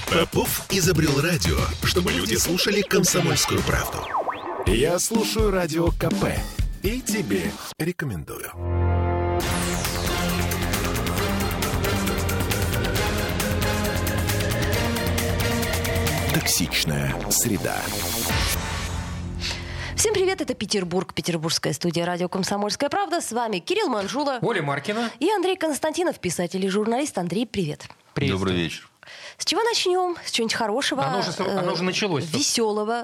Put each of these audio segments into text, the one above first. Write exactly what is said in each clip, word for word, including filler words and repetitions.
Попов изобрел радио, чтобы люди слушали комсомольскую правду. Я слушаю Радио КП и тебе рекомендую. Токсичная среда. Всем привет, это Петербург, петербургская студия радио «Комсомольская правда». С вами Кирилл Манжула, Оля Маркина и Андрей Константинов, писатель и журналист. Андрей, привет. Привет. Добрый вечер. С чего начнем? С чего-нибудь хорошего, Оно уже, э, оно уже началось. веселого.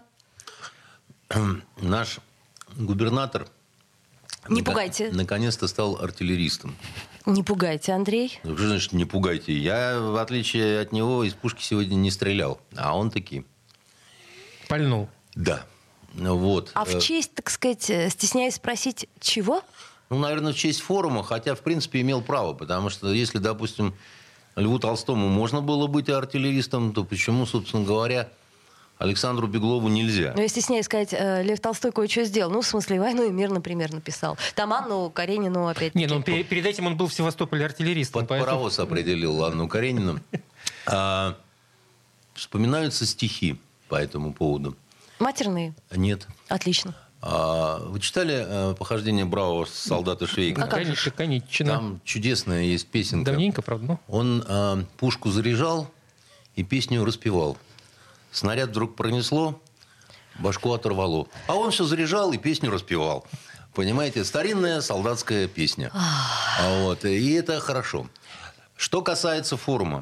Наш губернатор Не нак- пугайте. наконец-то стал артиллеристом. Не пугайте, Андрей. Что значит не пугайте? Я, в отличие от него, из пушки сегодня не стрелял. А он таки. Пальнул. Да. Вот. А в честь, так сказать, э, стесняюсь спросить, чего? Ну, наверное, в честь форума, хотя, в принципе, имел право. Потому что если, допустим, Льву Толстому можно было быть артиллеристом, то почему, собственно говоря, Александру Беглову нельзя? Ну, я стесняюсь сказать, э, Лев Толстой кое-что сделал. Ну, в смысле, «Войну и мир», например, написал. Там Анну Каренину опять. Не, ну перед, перед этим он был в Севастополе артиллеристом. Под поэтому- паровоз определил Анну Каренину. А, вспоминаются стихи по этому поводу. Матерные. Нет. Отлично. А, вы читали э, «Похождение бравого солдата Швейка»? А как же? Конечно, конечно. Там чудесная есть песенка. Давненько, правда, ну. Он э, пушку заряжал и песню распевал. Снаряд вдруг пронесло, башку оторвало. А он все заряжал и песню распевал. Понимаете, старинная солдатская песня. А вот, и это хорошо. Что касается форума.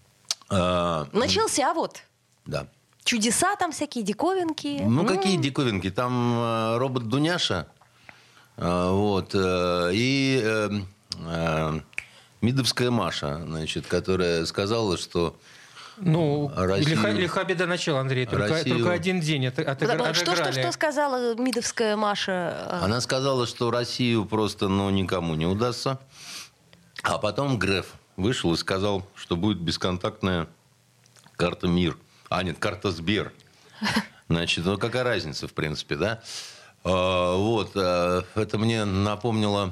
э, Начался вот. Да. Чудеса там всякие, диковинки. Ну, М. какие диковинки? Там э, робот Дуняша, э, вот, э, и э, э, Мидовская Маша, значит, которая сказала, что Ну, Россию- лиха, лиха беда начала, Андрей. Только, Россию- только один день от, отыгра- Потому- Что, что, отыграли. что сказала Мидовская Маша? она сказала, что Россию просто, ну, никому не удастся. А потом Греф вышел и сказал, что будет бесконтактная карта МИР. А, нет, карта Сбер. Значит, ну какая разница, в принципе, да? А, вот, а, это мне напомнило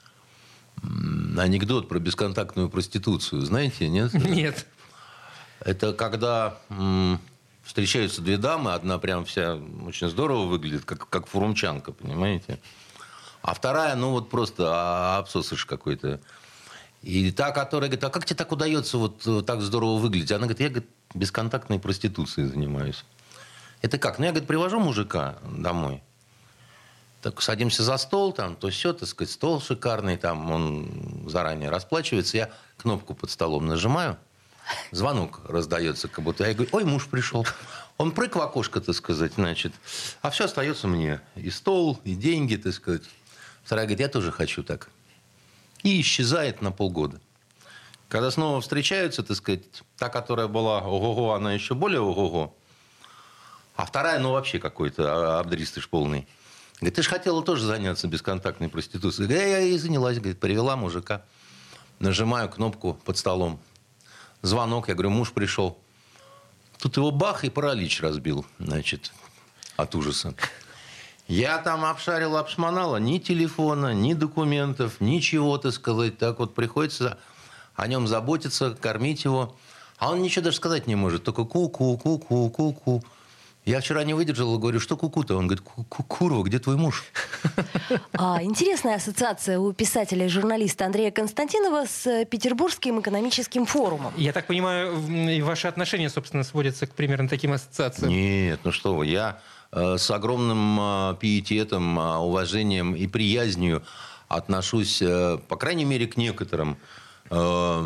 м, анекдот про бесконтактную проституцию. Знаете, нет? Нет. Это когда м, встречаются две дамы, одна прям вся очень здорово выглядит, как, как фурумчанка, понимаете? А вторая, ну вот просто а, абсосыш какой-то. И та, которая говорит, а как тебе так удается вот э, так здорово выглядеть? Она говорит, я говорит, бесконтактной проституцией занимаюсь. Это как? Ну, я, говорит, привожу мужика домой. Так садимся за стол, там, то все, так сказать, стол шикарный, там, он заранее расплачивается. Я кнопку под столом нажимаю, звонок раздается, как будто. Я говорю, ой, муж пришел. Он прыг в окошко, так сказать, значит. А все остается мне. И стол, и деньги, так сказать. Вторая говорит, я тоже хочу так. И исчезает на полгода. Когда снова встречаются, так сказать, та, которая была ого-го, она еще более ого-го. А вторая, ну, вообще какой-то абдристыш полный. Говорит, ты же хотела тоже заняться бесконтактной проституцией. Говорит, я и занялась, говорит, привела мужика. Нажимаю кнопку под столом. Звонок, я говорю, муж пришел. Тут его бах и паралич разбил, значит, от ужаса. Я там обшарил, обшмонала, ни телефона, ни документов, ничего, так сказать. Так вот приходится о нем заботиться, кормить его. А он ничего даже сказать не может. Только ку-ку, ку-ку, ку-ку. Я вчера не выдержал и говорю, что ку-ку-то? Он говорит, ку-ку, курва, где твой муж? А, интересная ассоциация у писателя и журналиста Андрея Константинова с Петербургским экономическим форумом. Я так понимаю, в- и ваши отношения, собственно, сводятся к примерно таким ассоциациям. Нет, ну что вы, я э, с огромным э, пиететом, э, уважением и приязнью отношусь, э, по крайней мере, к некоторым. Э,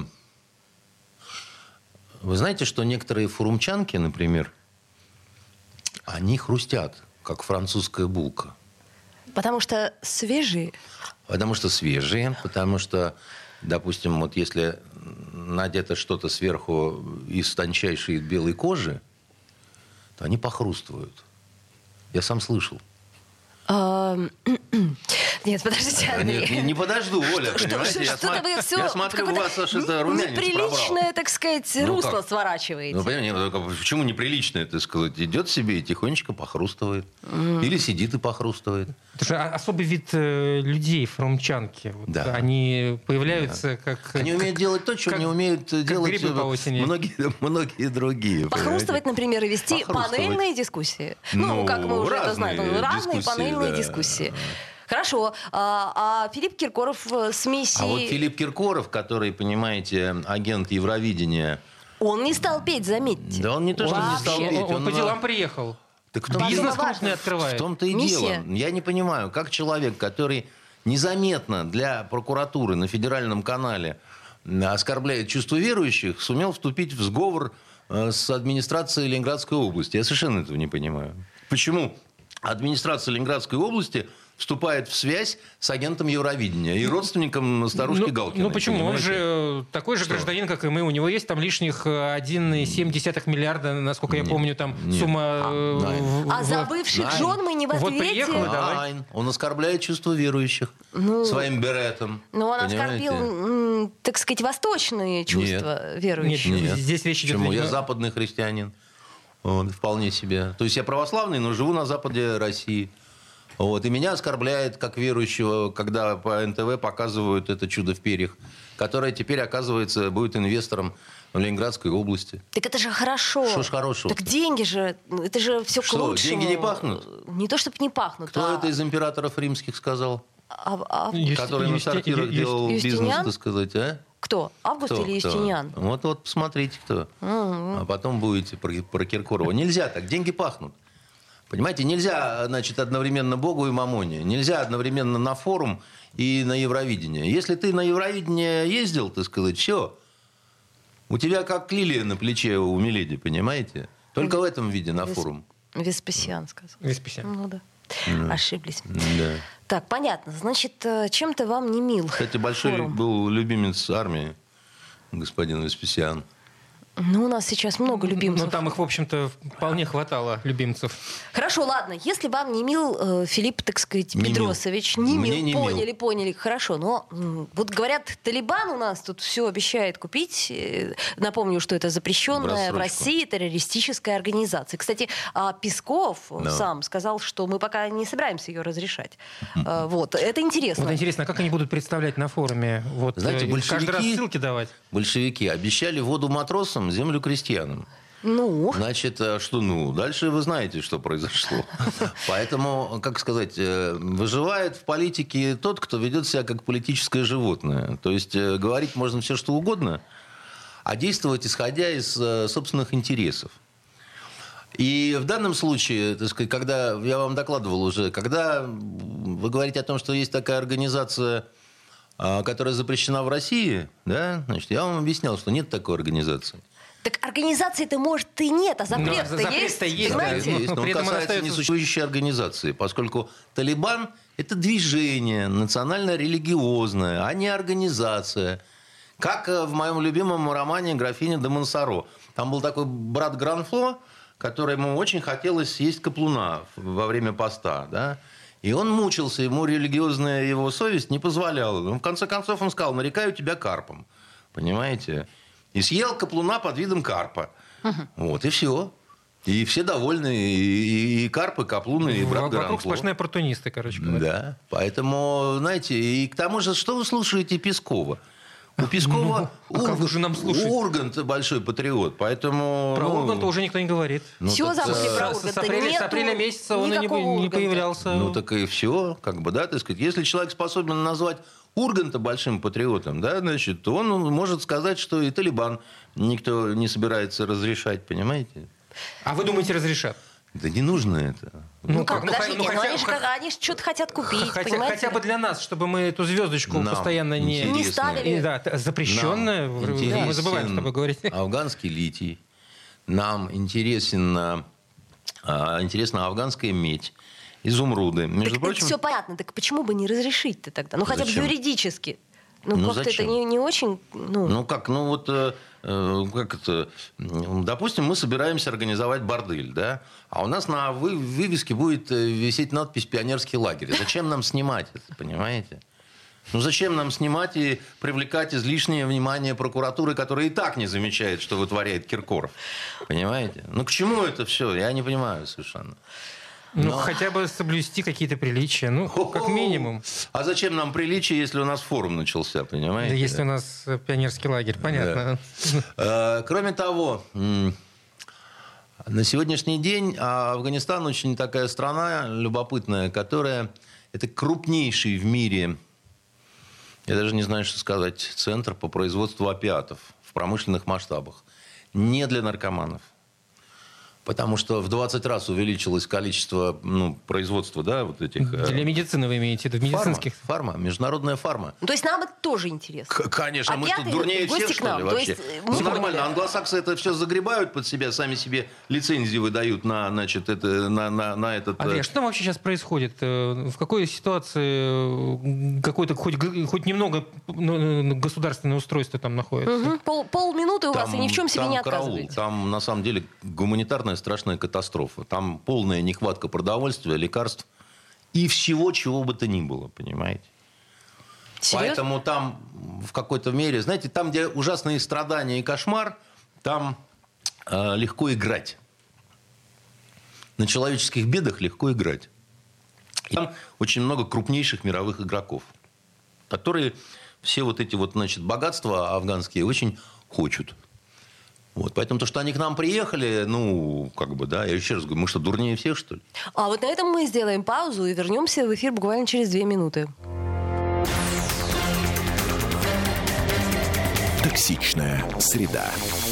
вы знаете, что некоторые фурумчанки, например, они хрустят, как французская булка. Потому что свежие. Потому что свежие, потому что, допустим, вот если надето что-то сверху из тончайшей белой кожи, то они похрустывают. Я сам слышал. А, Нет, подождите, Андрей. Нет, не, не подожду, Оля, Что, понимаете? что, я, что-то сма- вы все я смотрю, у вас аж это румянец неприличное, пробрал. так сказать, Ну, русло как? сворачиваете. Ну, понимаете, ну, как- почему неприлично это сказать? Идет себе и тихонечко похрустывает. Mm. Или сидит и похрустывает. Это же особый вид э, людей, фрумчанки. Вот Да. Они появляются Да. как... Они как, умеют делать то, что как- не умеют делать грибы по осени. многие, многие другие. Похрустывать, понимаете? например, и вести Похрустывать. панельные дискуссии. Ну, Ну, как мы уже это разные знаем, разные дискуссии, панельные да. дискуссии. Хорошо. А, а Филипп Киркоров с миссией... А вот Филипп Киркоров, который, понимаете, агент Евровидения, Он не стал петь, заметьте. да он не то, что не стал Вообще. петь. Он, он по на- делам приехал. Так в том- Бизнес важно. крупный В открывает. том-то и Миссия. дело. Я не понимаю, как человек, который незаметно для прокуратуры на федеральном канале оскорбляет чувство верующих, сумел вступить в сговор э, с администрацией Ленинградской области. Я совершенно этого не понимаю. Почему администрация Ленинградской области вступает в связь с агентом Евровидения и родственником старушки Ну, Галкиной? ну почему? Он понимаете? же такой же Что? гражданин, как и мы. У него есть там лишних один целых семь десятых миллиарда, насколько я Нет, помню, там нет. сумма... э, Найн. в- А в- за бывших Найн. жен мы не в Вот ответе. приехал, да. давай. Найн. Он оскорбляет чувство верующих своим беретом. Ну, он понимаете? оскорбил, м, так сказать, восточные чувства верующих. Нет. Нет. Здесь речь идет, Почему? Я видимо- западный христианин. Вот, вполне себе. То есть я православный, но живу на западе России. Вот. И меня оскорбляет, как верующего, когда по эн тэ вэ показывают это чудо в перьях, которое теперь, оказывается, будет инвестором в Ленинградской области. Так это же хорошо. Что ж хорошего? Так деньги же, это же все к Что, лучшему. деньги не пахнут? Не то, чтобы не пахнут. Кто а... это из императоров римских сказал? а- а- Юсти- Который на Юсти- сортирах Ю- делал Юстиниан? бизнес, так сказать, а? Кто? Август Кто? или Кто? Юстиниан? Вот, вот, посмотрите, кто. А потом будете про, про Киркорова. Нельзя так, деньги пахнут. Понимаете, нельзя, значит, одновременно Богу и Мамоне. Нельзя одновременно на форум и на Евровидение. Если ты на Евровидение ездил, так сказать, все. У тебя как лилия на плече у Миледи, понимаете? Только в этом виде на Вес- форум. Веспасиан сказал. Веспасиан. Ну да. Ошиблись. Да. Так, понятно. Значит, э, чем-то вам не мил Кстати, большой форум. был любимец армии, господин Веспасиан. Ну, у нас сейчас много любимцев. Ну, там их, в общем-то, вполне хватало, любимцев. Хорошо, ладно. Если вам не мил э, Филипп, так сказать, Не мил. Петросович, не Мне мил, не мил. поняли, поняли, хорошо. Но м, вот говорят, Талибан у нас тут все обещает купить. Э, Напомню, что это запрещенная в Рассрочку. России террористическая организация. Кстати, а Песков Да. сам сказал, что мы пока не собираемся ее разрешать. Э, Вот, это интересно. Вот интересно, а как они будут представлять на форуме? Вот, Знаете, э, каждый раз большевики- ссылки давать? Большевики обещали воду матросам, землю крестьянам. Ну, Значит, э, что ну? Дальше вы знаете, что произошло. Поэтому, как сказать, э, выживает в политике тот, кто ведет себя как политическое животное. То есть э, говорить можно все, что угодно, а действовать исходя из э, собственных интересов. И в данном случае, так сказать, когда я вам докладывал уже, когда вы говорите о том, что есть такая организация, а, которая запрещена в России, да, значит, я вам объяснял, что нет такой организации. так организации-то, может, и нет, а запрет-то Ну, запрет-то есть. есть, да. Знаете? Ну, Есть, но он при этом он касается остается- несуществующей организации, поскольку Талибан – это движение национально-религиозное, а не организация. Как э, в моем любимом романе «Графиня де Монсоро». Там был такой брат Гранфло, которому очень хотелось съесть каплуна во время поста, да? И он мучился, ему религиозная его совесть не позволяла. Но в конце концов он сказал: нарекаю тебя карпом. Понимаете? И съел каплуна под видом карпа. Вот, и все. И все довольны, и, и карп, и каплун, и брат Вокруг Гранфло. сплошные оппортунисты, короче говоря. Да, поэтому, знаете, и к тому же, что вы слушаете Пескова? У Пескова Ну, а кого же нам слушать? Ургант большой патриот, поэтому... Про ну, Урганта уже никто не говорит. ну, Все так, забыли э, про С- с Урганта. апреля- с Нету апреля месяца он и не, никакого не Урганта. появлялся. Ну, так и все, как бы, да, так сказать. Если человек способен назвать Урганта большим патриотом, да, значит, то он может сказать, что и Талибан никто не собирается разрешать, понимаете? А вы думаете, разрешат? Да не нужно это. Ну, как, ну, подождите, ну, ну, хотя- они же как- они же что-то хотят купить, Хотя, понимаете? хотя бы для нас, чтобы мы эту звездочку Нам постоянно не... интересно. Не ставили. И, да, т- запрещенная, Нам мы интересен забываем с тобой говорить. афганский литий. Нам интересен, а, интересна афганская медь, изумруды. Между Так прочим, все понятно, так почему бы не разрешить-то тогда? Ну, хотя бы Зачем? юридически. Ну, Ну, как-то это зачем? не, не очень... Ну, ну как, ну вот э, как это, допустим, мы собираемся организовать бордель, да, а у нас на вывеске будет висеть надпись «Пионерский лагерь». Зачем нам снимать это, понимаете? Ну, зачем нам снимать и привлекать излишнее внимание прокуратуры, которая и так не замечает, что вытворяет Киркоров? Понимаете? Ну, к чему это все? Я не понимаю совершенно. Ну, Но... хотя бы соблюсти какие-то приличия, ну, как минимум. А зачем нам приличие, если у нас форум начался, понимаете? Да, если у нас пионерский лагерь, понятно. Да. Кроме того, на сегодняшний день Афганистан очень такая страна любопытная, которая... Это крупнейший в мире, я даже не знаю, что сказать, центр по производству опиатов в промышленных масштабах. Не для наркоманов. Потому что в двадцать раз увеличилось количество ну, производства, да, вот этих... Для медицины вы имеете в виду, медицинских? Фарма, фарма, международная фарма. Ну, то есть нам это тоже интересно. К- конечно, а мы пятый, что, дурнее всех, что ли, вообще? Есть, ну, мы нормально, поняли. англосаксы это все загребают под себя, сами себе лицензии выдают на, значит, это, на, на, на этот... Андрей, а что там вообще сейчас происходит? В какой ситуации какое-то хоть, хоть немного государственное устройство там находится? Угу. Пол, полминуты у там, вас и ни в чем себе там не караул, отказываете. там, на самом деле, гуманитарная страшная катастрофа. Там полная нехватка продовольствия, лекарств и всего, чего бы то ни было, понимаете? Серьезно? Поэтому там в какой-то мере, знаете, там, где ужасные страдания и кошмар, там э, легко играть. На человеческих бедах легко играть. И там очень много крупнейших мировых игроков, которые все вот эти вот, значит, богатства афганские очень хочут. Вот, поэтому то, что они к нам приехали, ну, как бы, да, я еще раз говорю, мы что, дурнее всех, что ли? А вот на этом мы сделаем паузу и вернемся в эфир буквально через две минуты. Токсичная среда.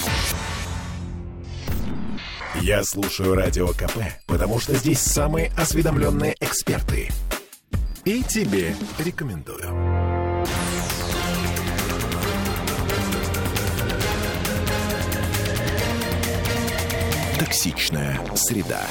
Я слушаю Радио КП, потому что здесь самые осведомленные эксперты. И тебе рекомендую. Токсичная среда.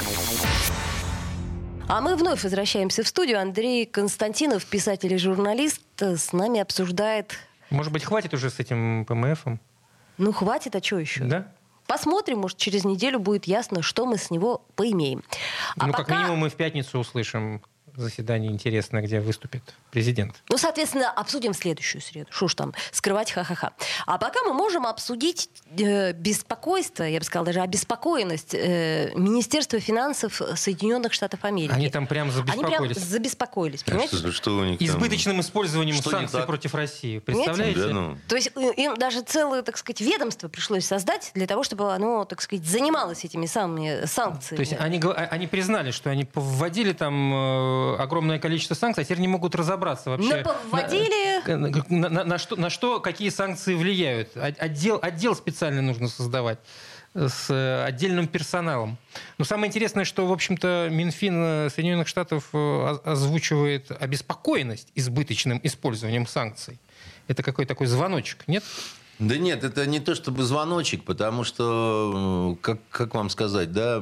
А мы вновь возвращаемся в студию. Андрей Константинов, писатель и журналист, с нами обсуждает... Может быть, хватит уже с этим ПМФом? Ну, хватит, а что еще? Да? Посмотрим, может, через неделю будет ясно, что мы с него поимеем. А ну, пока... как минимум, мы в пятницу услышим заседание интересное, где выступит президент. Ну, соответственно, обсудим в следующую среду. Что ж там, скрывать ха-ха-ха. А пока мы можем обсудить э, беспокойство, я бы сказала, даже обеспокоенность э, Министерства финансов Соединенных Штатов Америки. Они там прям забеспокоились. Они прям забеспокоились, понимаете? Что, что у них там? Избыточным использованием Что санкций против России. Понимаете? Представляете? Да, ну. То есть э, им даже целое, так сказать, ведомство пришлось создать для того, чтобы оно, так сказать, занималось этими самыми санкциями. То есть они, гов- они признали, что они вводили там э, огромное количество санкций, а теперь не могут разобраться вообще. Но повводили... На, на- на что, на что какие санкции влияют. Отдел, отдел специально нужно создавать с э, отдельным персоналом. Но самое интересное, что, в общем-то, Минфин Соединенных Штатов э, озвучивает обеспокоенность избыточным использованием санкций. Это какой-то такой звоночек, нет? Да нет, это не то чтобы звоночек, потому что, как, как вам сказать, да,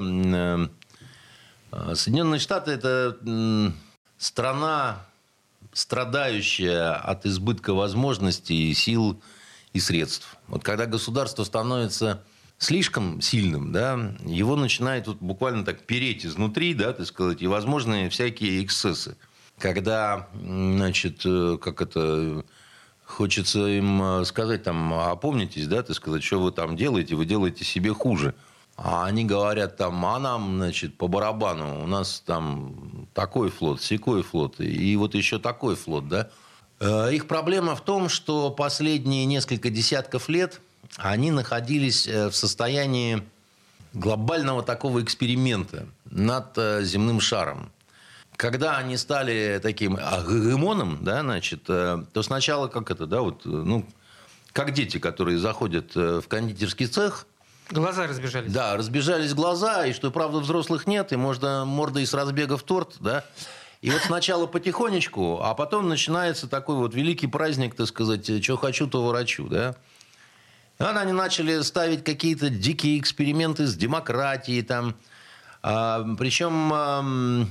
Соединенные Штаты – это страна, страдающая от избытка возможностей, сил и средств. Вот когда государство становится слишком сильным, да, его начинает вот буквально так переть изнутри, да, так сказать, и возможны всякие эксцессы. Когда, значит, как это... Хочется им сказать, там, опомнитесь, да, так сказать, что вы там делаете, вы делаете себе хуже. А они говорят, там, а нам, значит, по барабану, у нас там такой флот, сякой флот, и вот еще такой флот, да. Их проблема в том, что последние несколько десятков лет они находились в состоянии глобального такого эксперимента над земным шаром. Когда они стали таким гегемоном, да, значит, то сначала как это, да, вот, ну, как дети, которые заходят в кондитерский цех. Глаза разбежались. Да, разбежались глаза, и что, правда, взрослых нет, и можно мордой с разбега в торт, да. И вот сначала потихонечку, а потом начинается такой вот великий праздник, так сказать, что хочу, то ворочу, да. И они начали ставить какие-то дикие эксперименты с демократией там, а, причем... А,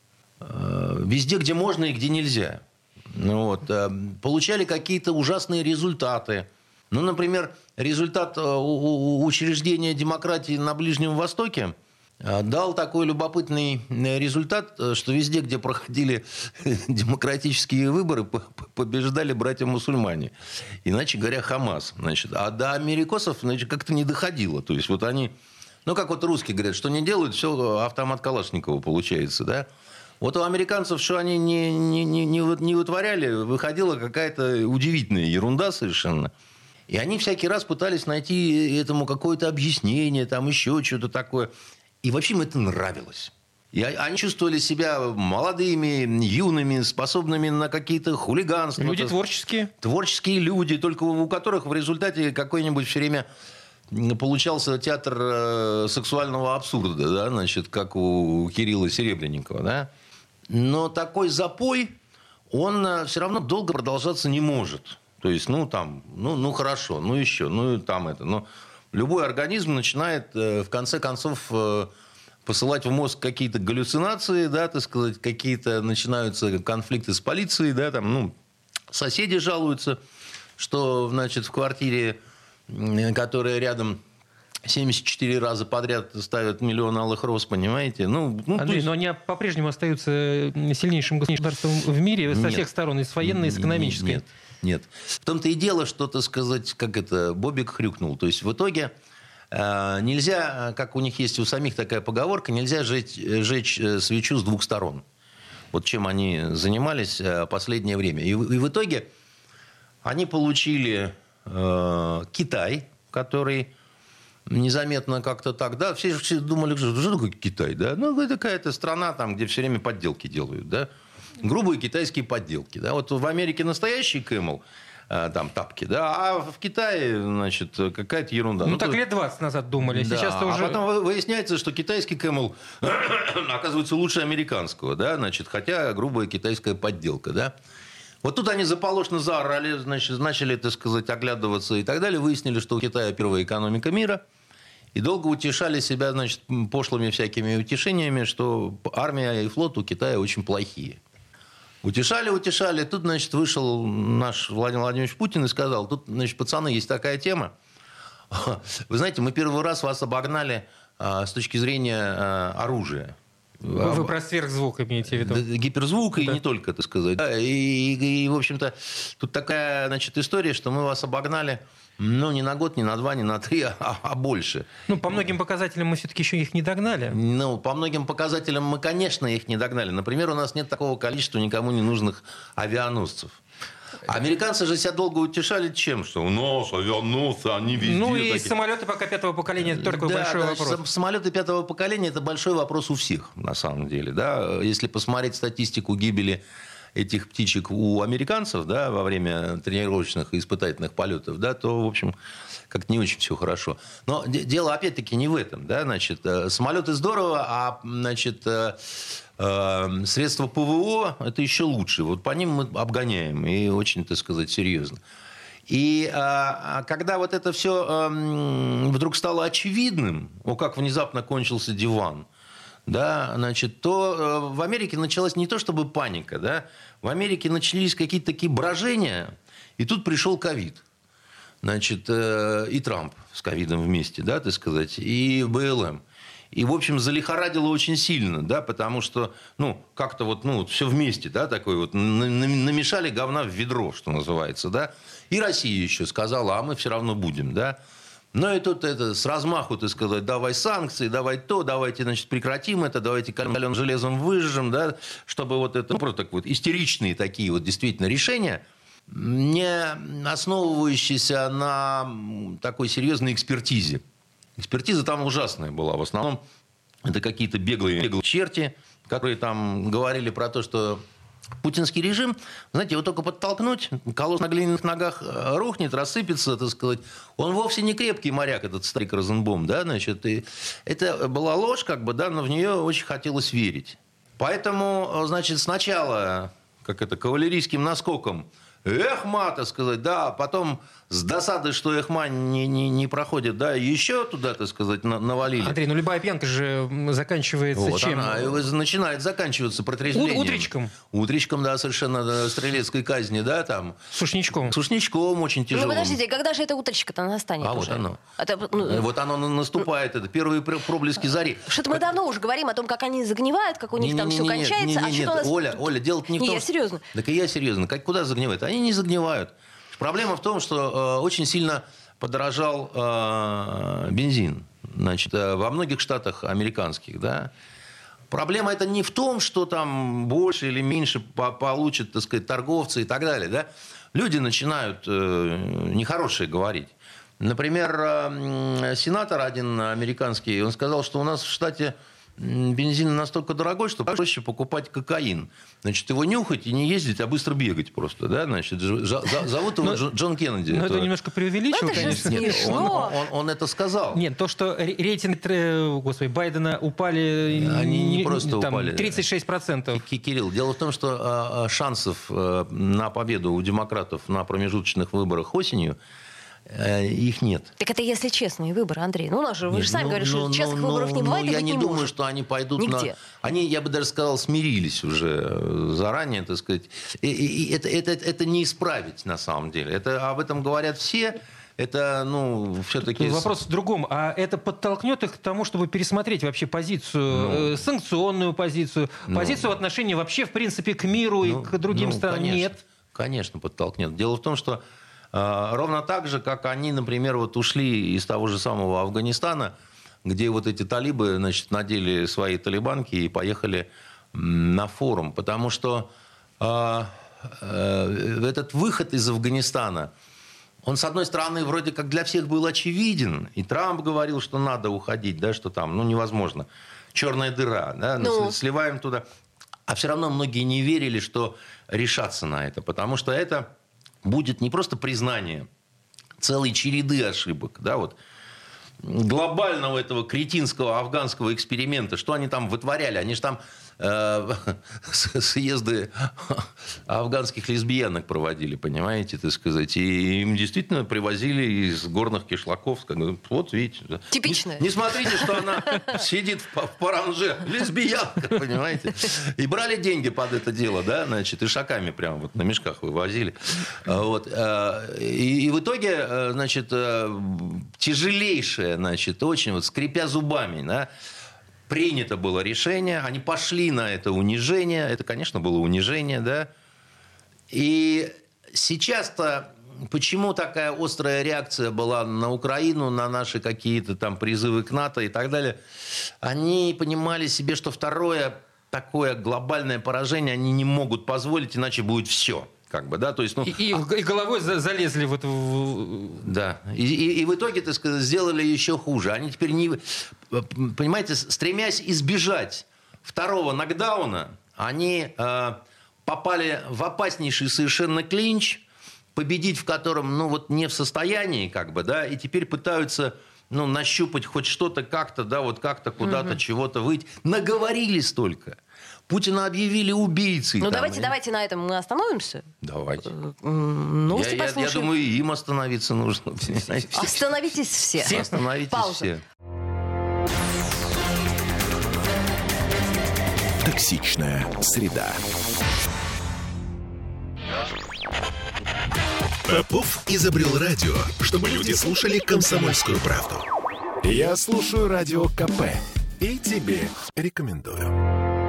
везде, где можно и где нельзя. Вот. Получали какие-то ужасные результаты. Ну, например, результат учреждения демократии на Ближнем Востоке дал такой любопытный результат, что везде, где проходили демократические выборы, побеждали братья-мусульмане. Иначе говоря, Хамас. Значит. А до америкосов, значит, как-то не доходило. То есть вот они, ну как вот русские говорят, что не делают, все автомат Калашникова получается, да? Вот у американцев, что они не, не, не, не вытворяли, выходила какая-то удивительная ерунда совершенно. И они всякий раз пытались найти этому какое-то объяснение, там еще что-то такое. И вообще им это нравилось. И они чувствовали себя молодыми, юными, способными на какие-то хулиганства. Люди творческие. Творческие люди, только у которых в результате какой-нибудь все время получался театр сексуального абсурда, да, значит, как у Кирилла Серебренникова, да. Но такой запой, он все равно долго продолжаться не может. То есть, ну, там, ну, ну хорошо, ну, еще, ну, там это. Но любой организм начинает, в конце концов, посылать в мозг какие-то галлюцинации, да, так сказать, какие-то начинаются конфликты с полицией, да, там, ну, соседи жалуются, что, значит, в квартире, которая рядом, семьдесят четыре раза подряд ставят миллион алых роз, понимаете? Ну, ну, Андрей, есть... но они по-прежнему остаются сильнейшим государством в мире со нет, всех сторон, и с военной, и с экономической. Нет, нет. В том-то и дело, что, так сказать, как это, Бобик хрюкнул. То есть в итоге э, нельзя, как у них есть у самих такая поговорка, нельзя жечь, жечь свечу с двух сторон. Вот чем они занимались э, последнее время. И, и в итоге они получили э, Китай, который... Незаметно как-то так, да, все, все думали, что, что такое Китай, да, ну, это какая-то страна, там, где все время подделки делают, да, грубые китайские подделки, да, вот в Америке настоящий Camel, там, тапки, да, а в Китае, значит, какая-то ерунда. Ну, ну так то... лет двадцать назад думали, да, сейчас-то уже... А потом выясняется, что китайский Camel оказывается лучше американского, да, значит, хотя грубая китайская подделка, да. Вот тут они заполошно заорали, значит, начали, так сказать, оглядываться и так далее. Выяснили, что у Китая первая экономика мира. И долго утешали себя, значит, пошлыми всякими утешениями, что армия и флот у Китая очень плохие. Утешали, утешали. Тут, значит, вышел наш Владимир Владимирович Путин и сказал, тут, значит, пацаны, есть такая тема. Вы знаете, мы первый раз вас обогнали а, с точки зрения а, оружия. Вы про сверхзвук имеете в виду? Гиперзвук, да. И не только, так сказать. И, и, и, в общем-то, тут такая, значит, история, что мы вас обогнали, ну, не на год, не на два, не на три, а, а больше. Ну, по многим показателям мы все-таки еще их не догнали. Ну, по многим показателям мы, конечно, их не догнали. Например, у нас нет такого количества никому не нужных авианосцев. Американцы же себя долго утешали чем? Что у нас авианосцы, они везде. Ну и такие... самолеты пока пятого поколения, это такой да, большой да, вопрос. Самолеты пятого поколения – это большой вопрос у всех, на самом деле. Да? Если посмотреть статистику гибели этих птичек у американцев, да, во время тренировочных и испытательных полетов, да, то, в общем, как-то не очень все хорошо. Но дело, опять-таки, не в этом. Да? Значит, самолеты здорово, а, значит... средства ПВО – это еще лучше. Вот по ним мы обгоняем, и очень, так сказать, серьезно. И а, когда вот это все а, вдруг стало очевидным, о, как внезапно кончился диван, да, значит, то а, в Америке началась не то чтобы паника, да, в Америке начались какие-то такие брожения, и тут пришел ковид. Значит, э, и Трамп с ковидом вместе, да, так сказать, и БЛМ. И, в общем, залихорадило очень сильно, да, потому что, ну, как-то вот, ну, все вместе, да, такой вот, намешали говна в ведро, что называется, да. И Россия еще сказала, а мы все равно будем, да. Ну, и тут это с размаху, ты сказать, давай санкции, давай то, давайте, значит, прекратим это, давайте каленым железом выжжем, да, чтобы вот это, ну, просто так вот истеричные такие вот действительно решения, не основывающиеся на такой серьезной экспертизе. Экспертиза там ужасная была. В основном это какие-то беглые, беглые черти, которые там говорили про то, что путинский режим, знаете, его только подтолкнуть, колосс на глиняных ногах рухнет, рассыпется, так сказать. Он вовсе не крепкий моряк, этот старик Розенбом, да, значит. И это была ложь, как бы, да, но в нее очень хотелось верить. Поэтому, значит, сначала, как это, кавалерийским наскоком, эх, мата, сказать, да, потом с досады, что Эхма не, не, не проходит, да, еще туда, так сказать, на, навалили. Андрей, ну любая пьянка же заканчивается вот чем? Она начинает заканчиваться протрезвлением. Утречком. Утречком, да, совершенно, да, стрелецкой казни, да, там. Сушничком. Сушничком очень тяжелым. Ну, подождите, когда же это утречко-то настанет А уже? вот оно. Это, ну, Вот оно наступает, это первые проблески зари. Что-то мы давно уже говорим о том, как они загнивают, как у них Не, там не, все не, кончается. не, не, а нет, что у нас... Оля, Оля, дело-то не в Не, том... я серьезно. Так и я серьезно. Как, куда загнивают? Они не загнивают. Проблема в том, что э, очень сильно подорожал э, бензин. Значит, э, во многих штатах американских, да. Проблема это не в том, что там больше или меньше по- получат, так сказать, торговцы и так далее, да. Люди начинают э, нехорошее говорить. Например, э, сенатор один американский, он сказал, что у нас в штате бензин настолько дорогой, что проще покупать кокаин. Значит, его нюхать и не ездить, а быстро бегать просто. Да? Значит, зовут его Джон, Джон Кеннеди. Ну, это немножко преувеличил, это конечно. Же Нет, он, он, он это сказал. Нет, то, что рейтинг господи, Байдена упали... Они не просто там, упали. тридцать шесть процентов. Кирилл, дело в том, что шансов на победу у демократов на промежуточных выборах осенью их нет. Так это если честные выборы, Андрей. Ну, у нас же, вы Нет, же сами ну, говорите, ну, что честных ну, выборов не ну, бывает, и я быть не не думаю, может. что они пойдут Нигде. на... Они, я бы даже сказал, смирились уже заранее, так сказать. И, и, и это, это, это не исправить на самом деле. Это, об этом говорят все. Это, ну, все-таки... Вопрос в другом. А это подтолкнет их к тому, чтобы пересмотреть вообще позицию, ну, э, санкционную позицию, ну, позицию в отношении вообще, в принципе, к миру ну, и к другим ну, странам? Конечно, нет. Конечно, подтолкнет. Дело в том, что э, ровно так же, как они, например, вот ушли из того же самого Афганистана, где вот эти талибы, значит, надели свои талибанки и поехали на форум. Потому что э, э, этот выход из Афганистана, он, с одной стороны, вроде как для всех был очевиден. И Трамп говорил, что надо уходить, да, что там, ну, невозможно. Черная дыра, да, ну... сливаем туда. А все равно многие не верили, что решатся на это. Потому что это будет не просто признание целой череды ошибок, да, вот, глобального этого кретинского афганского эксперимента. Что они там вытворяли? Они же там э, съезды афганских лесбиянок проводили, понимаете, так сказать. И им действительно привозили из горных кишлаков. Вот видите. Типичная. Не, не смотрите, что она сидит в, в паранже. Лесбиянка, понимаете. И брали деньги под это дело, да, значит, и шаками прямо вот на мешках вывозили. Вот. И, и в итоге, значит, тяжелейшее, значит, очень вот скрипя зубами, да, принято было решение, они пошли на это унижение, это, конечно, было унижение, да, и сейчас-то почему такая острая реакция была на Украину, на наши какие-то там призывы к НАТО и так далее, они понимали себе, что второе такое глобальное поражение они не могут позволить, иначе будет все. Как бы, да, то есть, ну, и, и, и головой залезли в эту... Да. И, и, и в итоге, так сказать, сделали еще хуже. Они теперь не... Понимаете, стремясь избежать второго нокдауна, они э, попали в опаснейший совершенно клинч, победить в котором, ну, вот не в состоянии, как бы, да, и теперь пытаются, ну, нащупать хоть что-то как-то, да, вот как-то куда-то, угу. чего-то выйти. Наговорились только. Путина объявили убийцей. Ну, там, давайте, и... давайте на этом мы остановимся. Давайте. Новости я, я, я думаю, и им остановиться нужно. Остановитесь все. все. Остановитесь Пауза. все. Токсичная среда. Попов изобрел радио, чтобы люди слушали «Комсомольскую правду». Я слушаю радио КП и тебе рекомендую.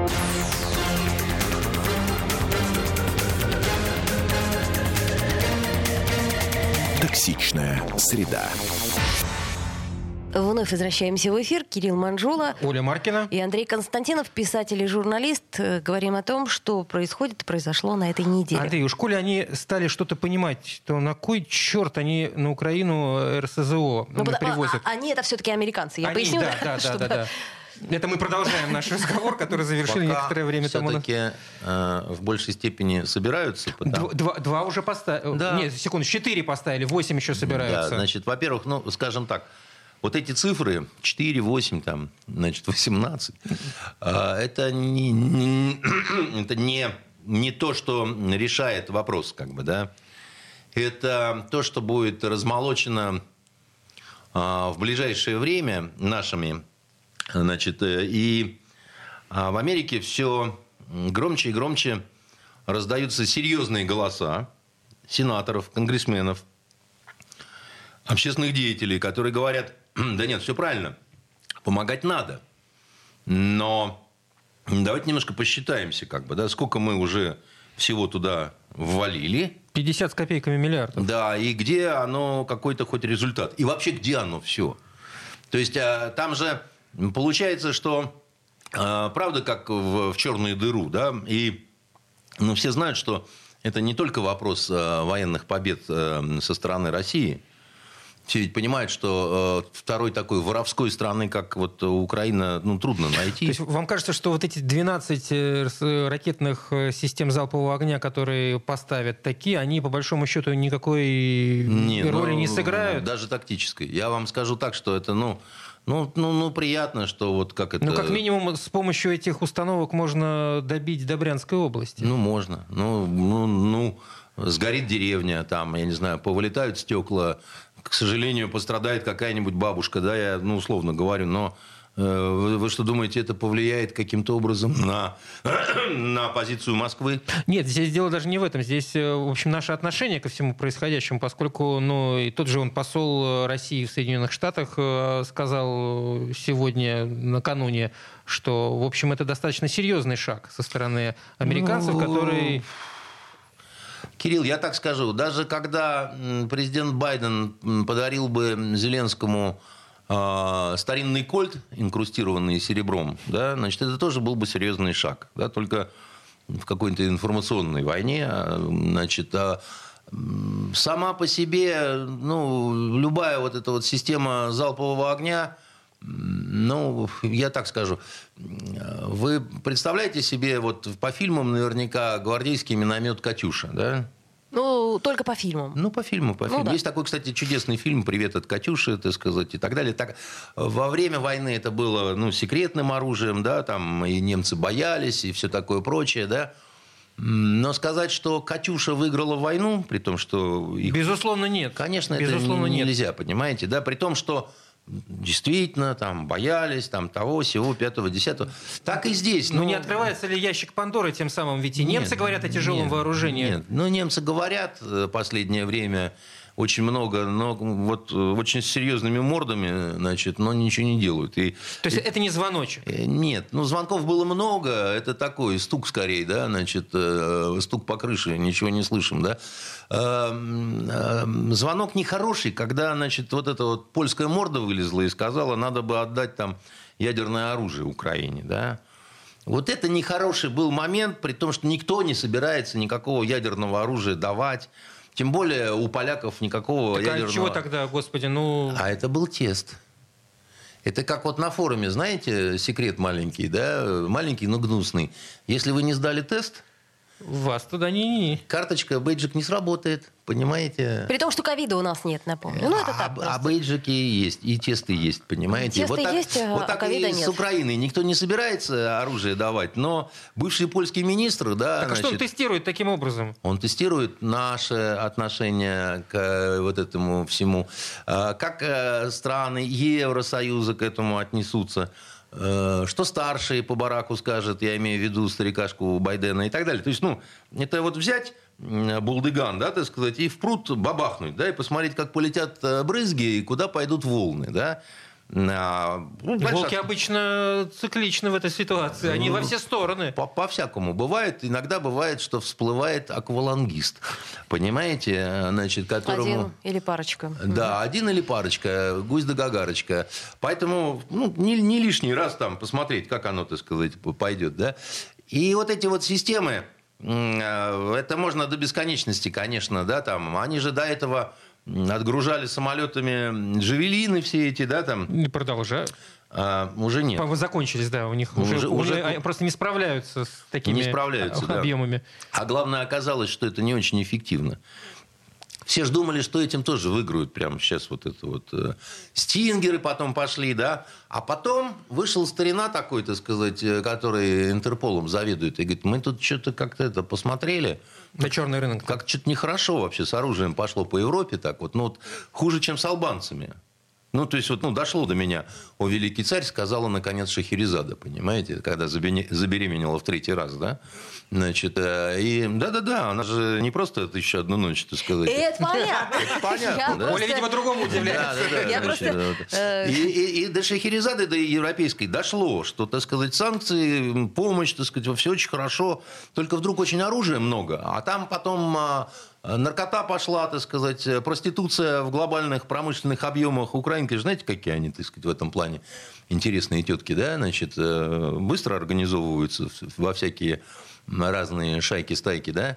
Токсичная среда. Вновь возвращаемся в эфир. Кирилл Манжула, Оля Маркина и Андрей Константинов, писатель и журналист. Говорим о том, что происходит и произошло на этой неделе. Андрей, уж коли они стали что-то понимать, то на кой черт они на Украину эр эс зэ о ну, привозят? А, они это все-таки американцы. Я они, поясню, да, да, чтобы... да, да, да. Это мы продолжаем наш разговор, который завершили Пока некоторое время тому назад. все-таки э, в большей степени собираются. Потому... Два, два уже поставили. Да. Нет, секунду, четыре поставили, восемь еще собираются. Да, значит, во-первых, ну, скажем так, вот эти цифры, четыре, восемь, там, значит, восемнадцать, э, это, не, не, это не, не то, что решает вопрос, как бы, да. это то, что будет размолочено в ближайшее время нашими. Значит, и в Америке все громче и громче раздаются серьезные голоса сенаторов, конгрессменов, общественных деятелей, которые говорят, да нет, все правильно, помогать надо, но давайте немножко посчитаемся, как бы, да, сколько мы уже всего туда ввалили. пятьдесят с копейками миллиардов. Да, и где оно, какой-то хоть результат. И вообще, где оно все. То есть, там же получается, что, правда, как в, в черную дыру, да, и ну, все знают, что это не только вопрос военных побед со стороны России. Все ведь понимают, что э, второй такой воровской страны, как вот Украина, ну, трудно найти. То есть вам кажется, что вот эти двенадцать ракетных систем залпового огня, которые поставят такие, они по большому счету никакой не, роли ну, не сыграют? Даже тактической. Я вам скажу так, что это, ну, ну, ну, ну приятно, что вот как это... Ну, как минимум, с помощью этих установок можно добить до Брянской области. Ну, можно. Ну, ну, ну сгорит деревня, там, я не знаю, повылетают стекла... К сожалению, пострадает какая-нибудь бабушка, да, я, ну, условно говорю, но э, вы, вы что думаете, это повлияет каким-то образом на, на позицию Москвы? Нет, здесь дело даже не в этом. Здесь, в общем, наше отношение ко всему происходящему, поскольку, ну, и тот же он посол России в Соединенных Штатах сказал сегодня, накануне, что, в общем, это достаточно серьезный шаг со стороны американцев, ну... который... Кирилл, я так скажу, даже когда президент Байден подарил бы Зеленскому э, старинный кольт, инкрустированный серебром, да, значит, это тоже был бы серьезный шаг. Да, только в какой-то информационной войне. Значит, а сама по себе, ну, любая вот эта вот система залпового огня, ну, я так скажу, вы представляете себе, вот по фильмам наверняка гвардейский миномет «Катюша», да? Ну, только по фильмам. Ну, по фильму, по фильму. Ну, да. Есть такой, кстати, чудесный фильм «Привет от Катюши», так сказать, и так далее. Так, во время войны это было, ну, секретным оружием, да, там и немцы боялись, и все такое прочее, да. Но сказать, что «Катюша» выиграла войну, при том, что... Их... Безусловно, нет. Конечно, Безусловно, это нет. нельзя, понимаете, да, при том, что действительно, там, боялись, там, того, сего, пятого, десятого. Так и здесь. Ну, ну, не открывается ли ящик Пандоры тем самым? Ведь и немцы нет, говорят о тяжелом нет, вооружении. Нет, ну, немцы говорят в последнее время очень много, но вот очень с серьезными мордами, значит, но ничего не делают. И, То есть, и, это не звоночек? Нет, ну, звонков было много, это такой стук скорее, да, значит, стук по крыше, ничего не слышим, да. Звонок нехороший, когда, значит, вот эта вот польская морда вылезла и сказала, надо бы отдать там ядерное оружие Украине, да. Вот это нехороший был момент, при том, что никто не собирается никакого ядерного оружия давать. Тем более у поляков никакого так ядерного... А чего тогда, господи, ну... А это был тест. Это как вот на форуме, знаете, секрет маленький, да? Маленький, но гнусный. Если вы не сдали тест... Вас туда не... Карточка, бейджик не сработает, понимаете? При том, что ковида у нас нет, напомню. Ну, это так а, просто. А бейджики есть, и тесты есть, понимаете? Тесты вот так, есть, а вот так ковида и нет. с Украиной. Никто не собирается оружие давать, но бывший польский министр, да... Так, значит, а что он тестирует таким образом? Он тестирует наше отношение к вот этому всему. Как страны Евросоюза к этому отнесутся. Что старший по бараку скажет, я имею в виду старикашку Байдена и так далее. То есть, ну, это вот взять булдыган, да, так сказать, и в пруд бабахнуть, да, и посмотреть, как полетят брызги и куда пойдут волны, да. А, ну, волки обычно цикличны в этой ситуации, они ну, во все стороны. По- по-всякому бывает. Иногда бывает, что всплывает аквалангист, понимаете, значит, которому... Один или парочка. Да, один или парочка, гусь да гагарочка. Поэтому ну, не, не лишний раз там посмотреть, как оно, так сказать, пойдет, да. И вот эти вот системы, это можно до бесконечности, конечно, да, там, они же до этого... Отгружали самолетами джавелины все эти, да, там. Не продолжают. А, уже нет. Вы закончились, да, у них уже, уже, уже они просто не справляются с такими не справляются, объемами. Да. А главное, оказалось, что это не очень эффективно. Все же думали, что этим тоже выиграют прямо сейчас вот это вот. Э, стингеры потом пошли, да. А потом вышел старина такой, так сказать, который Интерполом заведует. И говорит, мы тут что-то как-то это посмотрели. На черный рынок. Как что-то нехорошо вообще с оружием пошло по Европе так вот. Ну вот хуже, чем с албанцами. Ну, то есть, вот, ну, дошло до меня. О, великий царь, сказала, наконец, Шахерезада, понимаете, когда забеременела в третий раз, да? Значит, и да-да-да, она же не просто «Тысячу одну ночь», так сказать. Это понятно. Это понятно, да? Оля, видимо, другому удивляется. Да-да-да. Я просто, э, И, и, и до Шахерезады, до европейской дошло, что, так сказать, санкции, помощь, так сказать, все очень хорошо. Только вдруг очень оружия много, а там потом... Наркота пошла, так сказать, проституция в глобальных промышленных объемах. Украинки, знаете, какие они, так сказать, в этом плане интересные тетки, да, значит, быстро организовываются во всякие разные шайки-стайки, да.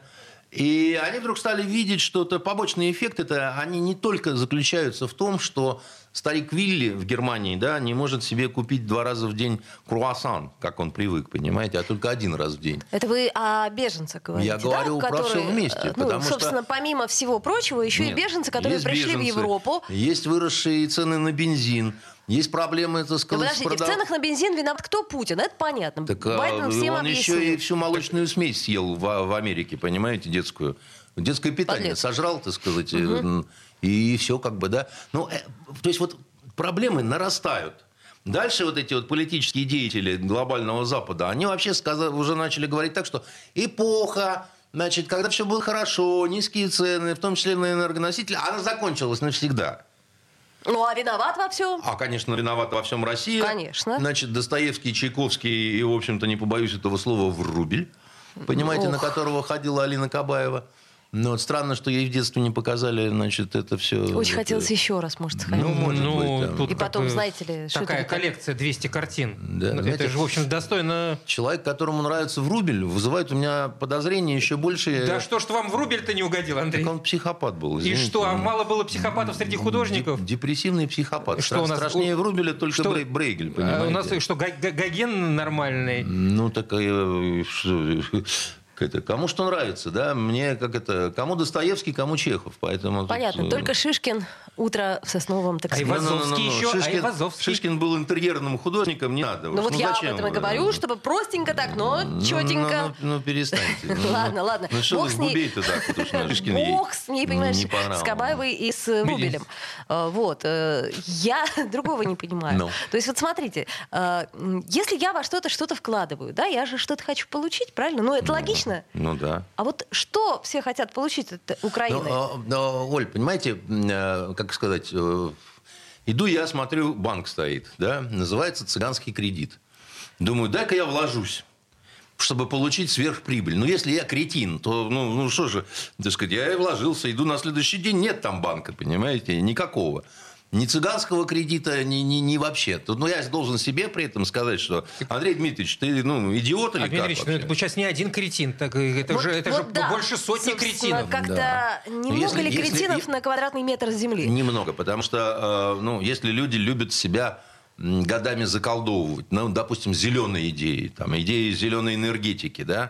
И они вдруг стали видеть, что это побочные эффекты-то, они не только заключаются в том, что старик Вилли в Германии, да, не может себе купить два раза в день круассан, как он привык, понимаете, а только один раз в день. Это вы о беженцах говорите, Я говорю да? про Которые, все вместе. Ну, потому собственно, что... помимо всего прочего, еще Нет, и беженцы, которые есть пришли беженцы, в Европу. Есть выросшие цены на бензин. Есть проблемы, так Ну, сказать, подождите, с продав... в ценах на бензин виноват кто? Путин, это понятно. Так, Байден а, всем он объяснил. еще и всю молочную смесь съел в, в Америке, понимаете, детскую. Детское питание Подлец. сожрал, так сказать, Угу. и все как бы, да. Ну, э, то есть вот проблемы нарастают. Дальше вот эти вот политические деятели глобального Запада, они вообще сказали, уже начали говорить так, что эпоха, значит, когда все было хорошо, низкие цены, в том числе на энергоносители, она закончилась навсегда. Ну, а виноват во всем? А, конечно, виновата во всем Россия. Конечно. Значит, Достоевский, Чайковский и, в общем-то, не побоюсь этого слова, Врубель, понимаете, Ох. на которого ходила Алина Кабаева. Но вот странно, что ей в детстве не показали, значит, это все. Очень вот, хотелось еще раз, может, сходить. Ну, может Ну, быть, да. тут И потом, как, знаете ли, что такая это такое? коллекция двести картин. Да, это знаете, же, в общем, достойно... Человек, которому нравится Врубель, вызывает у меня подозрения еще больше. Да что ж вам в Рубель-то не угодил, Андрей? Так он психопат был, И извините. что, а мало было психопатов среди художников? Деп- Депрессивный психопат. Что у нас- Страшнее Врубеля только что- Брей- Брейгель, А понимаете? у нас что, Га- Га- Гоген нормальный? Ну, так э, что, это, кому что нравится, да? Мне как это, кому Достоевский, кому Чехов, поэтому... Понятно, тут, только Шишкин утро в Сосновом, так А сказать. Ивазовский еще, а Шишкин, Ивазовский? Шишкин был интерьерным художником, не надо. Ну уж. вот я зачем об этом и вы? говорю, чтобы простенько так, но Ну, четенько. Ну, ну, ну, перестаньте. Ну, Ладно, ладно. Ну, что Бог вы с с ней. Губей-то так, вот уж на Шишкин ей Бог с ней, понимаешь, не понравилось. с Кабаевой и с э, Врубелем. Э, Вот. э, Я другого не понимаю. Ну. То есть вот смотрите, э, м, если я во что-то что-то вкладываю, да, я же что-то хочу получить, правильно? Ну, это логично. Ну, да. А вот что все хотят получить от Украины? Ну, а, но, Оль, понимаете, э, как сказать, э, иду я, смотрю, банк стоит, да, называется «Цыганский кредит». Думаю, дай-ка я вложусь, чтобы получить сверхприбыль. Ну, если я кретин, то, ну, ну что же, так сказать, я и вложился, иду на следующий день, нет там банка, понимаете, никакого. Ни цыганского кредита, ни, ни, ни вообще. Тут, ну, я должен себе при этом сказать, что, Андрей Дмитриевич, ты, ну, идиот или Андрей как Дмитриевич, ну вообще? это сейчас не один кретин, так, это Вот- же, это вот же да. больше сотни Собственно, кретинов. Как-то Да. немного Если- ли если- кретинов на квадратный метр земли? Немного, потому что, э, ну, если люди любят себя м, годами заколдовывать, ну, допустим, зеленые идеи, там, идеи зеленой энергетики, да,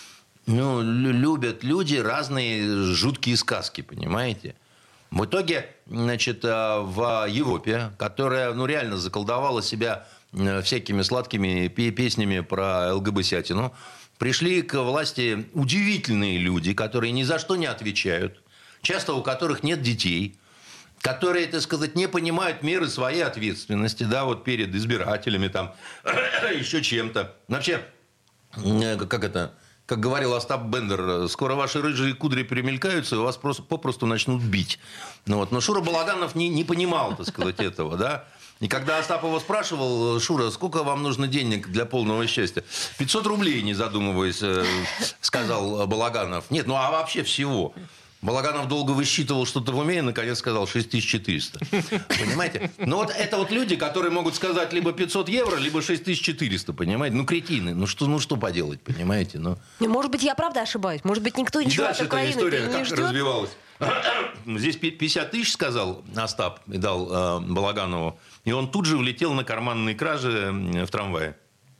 ну, лю- любят люди разные жуткие сказки, понимаете? В итоге, значит, э, в Европе, которая, ну, реально заколдовала себя э, всякими сладкими пе- песнями про ЛГБТятину, пришли к власти удивительные люди, которые ни за что не отвечают, часто у которых нет детей, которые, так сказать, не понимают меры своей ответственности, да, вот перед избирателями, там, еще чем-то. Вообще, э, как это, как говорил Остап Бендер, скоро ваши рыжие кудри примелькаются, и вас просто, попросту начнут бить. Ну, вот. Но Шура Балаганов не, не понимал, так сказать, этого, да. И когда Остап его спрашивал, Шура, сколько вам нужно денег для полного счастья? пятьсот рублей, не задумываясь, э, сказал Балаганов. Нет, ну а вообще всего. Балаганов долго высчитывал что-то в уме и, наконец, сказал шесть тысяч четыреста. Понимаете? Ну, вот это вот люди, которые могут сказать либо пятьсот евро, либо шесть тысяч четыреста, понимаете? Ну, кретины. Ну, что, ну, что поделать, понимаете? Ну. Может быть, я правда ошибаюсь. Может быть, никто И ничего от дальше эта Украины история не как ждет. развивалась. Здесь пятьдесят тысяч, сказал Остап, и дал э, Балаганову. И он тут же влетел на карманные кражи в трамвае.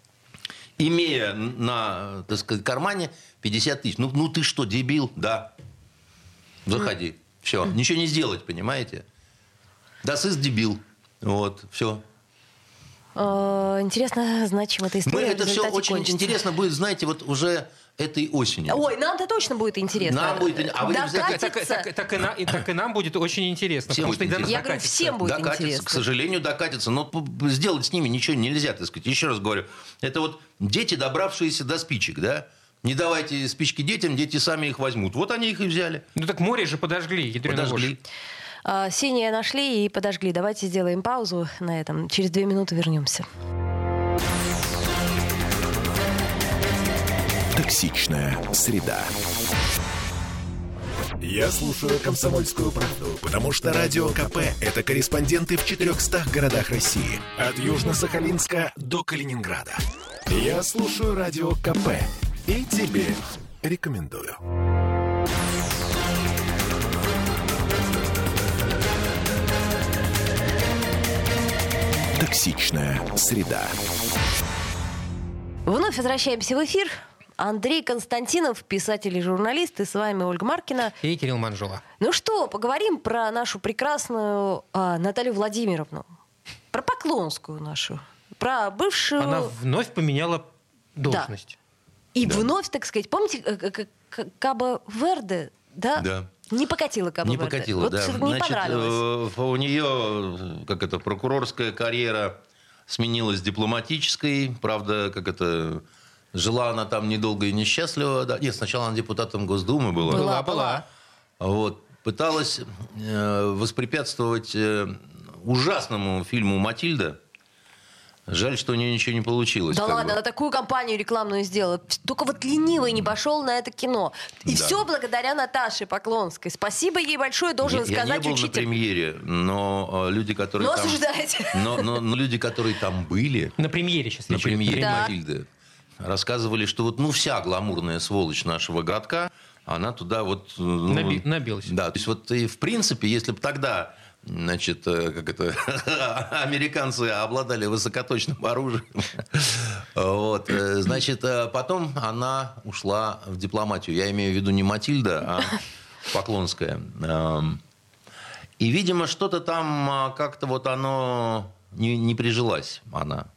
Имея на, так сказать, кармане пятьдесят тысяч. Ну, ну, ты что, дебил? Да. Заходи. Все, ничего не сделать, понимаете? Дасист дебил. Вот, все. Интересно, значимо эта история. Мы это все очень кончится. интересно будет, знаете, вот уже этой осенью. Ой, нам-то точно будет интересно. Нам будет, а вы Докатится. Так, так, так, и на, и, так и нам будет очень интересно. Всем Потому что будет до нас Я говорю, докатится. всем будет докатится, интересно. к сожалению, докатится. Но сделать с ними ничего нельзя, так сказать. Еще раз говорю, это вот дети, добравшиеся до спичек, да? Не давайте спички детям, дети сами их возьмут. Вот они их и взяли. Ну так море же подожгли. ядрёна Подожгли. вошь. А, синие нашли и подожгли. Давайте сделаем паузу на этом. Через две минуты вернемся. Токсичная среда. Я слушаю «Комсомольскую правду», потому что Радио КП – это корреспонденты в четырехстах городах России. От Южно-Сахалинска до Калининграда. Я слушаю Радио КП и тебе рекомендую. Токсичная среда. Вновь возвращаемся в эфир. Андрей Константинов, писатель и журналист, и с вами Ольга Маркина. И Кирилл Манжула. Ну что, поговорим про нашу прекрасную а, Наталью Владимировну. Про Поклонскую нашу. Про бывшую... Она вновь поменяла должность. И да. вновь, так сказать, помните, Кабо-Верде, да? Да. Не покатила Кабо-Верде. Не покатила, вот да. Не Значит, понравилось. э, у нее, как это, прокурорская карьера сменилась дипломатической. Правда, как это... Жила она там недолго и несчастливо. Да. Нет, сначала она депутатом Госдумы была. Была, была. Вот. Пыталась э, воспрепятствовать э, ужасному фильму «Матильда». Жаль, что у нее ничего не получилось. Да ладно, бы. она такую кампанию рекламную сделала. Только вот ленивый не пошел на это кино. И да. все благодаря Наташе Поклонской. Спасибо ей большое, должен я, сказать я не был учитель. на премьере, но люди, которые Но там... осуждаете. Но, но, но люди, которые там были... На премьере сейчас. На премьере да. «Матильды» рассказывали, что вот ну вся гламурная сволочь нашего городка, она туда вот... Ну, Наби- набилась. Да, то есть вот и в принципе, если бы тогда... Значит, как это, американцы обладали высокоточным оружием. Вот, значит, потом она ушла в дипломатию. Я имею в виду не Матильда, а Поклонская. И, видимо, что-то там как-то вот оно не, не прижилась, она.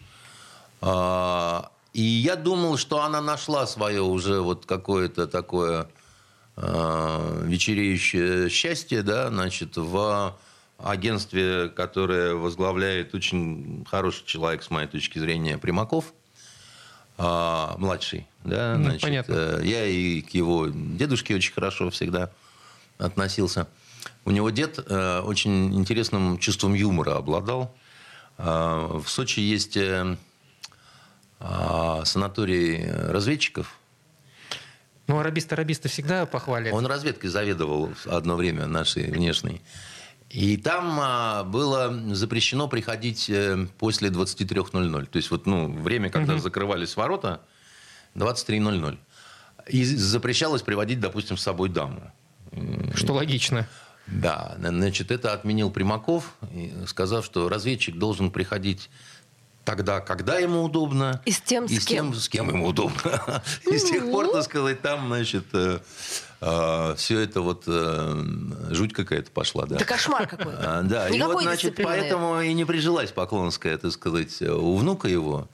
И я думал, что она нашла свое уже вот какое-то такое вечереющее счастье, да, значит, в агентстве, которое возглавляет очень хороший человек, с моей точки зрения, Примаков, а, младший. Да, ну, значит, понятно. Я и к его дедушке очень хорошо всегда относился. У него дед э, очень интересным чувством юмора обладал. Э, в Сочи есть э, э, санаторий разведчиков. Ну, арабисты-арабисты всегда похвалят. Он разведкой заведовал одно время нашей внешней. И там а, было запрещено приходить после двадцать три ноль ноль. То есть вот, ну, время, когда угу. закрывались ворота, двадцать три ноль ноль. И запрещалось приводить, допустим, с собой даму. Что логично. Да. Значит, это отменил Примаков, сказав, что разведчик должен приходить тогда, когда ему удобно. И с тем, и с кем. Тем, с кем ему удобно. И с тех пор, так сказать, там, значит, э, э, все это вот э, жуть какая-то пошла. Да, да кошмар какой. А, да, и вот, значит, поэтому и не прижилась Поклонская, так сказать, у внука его.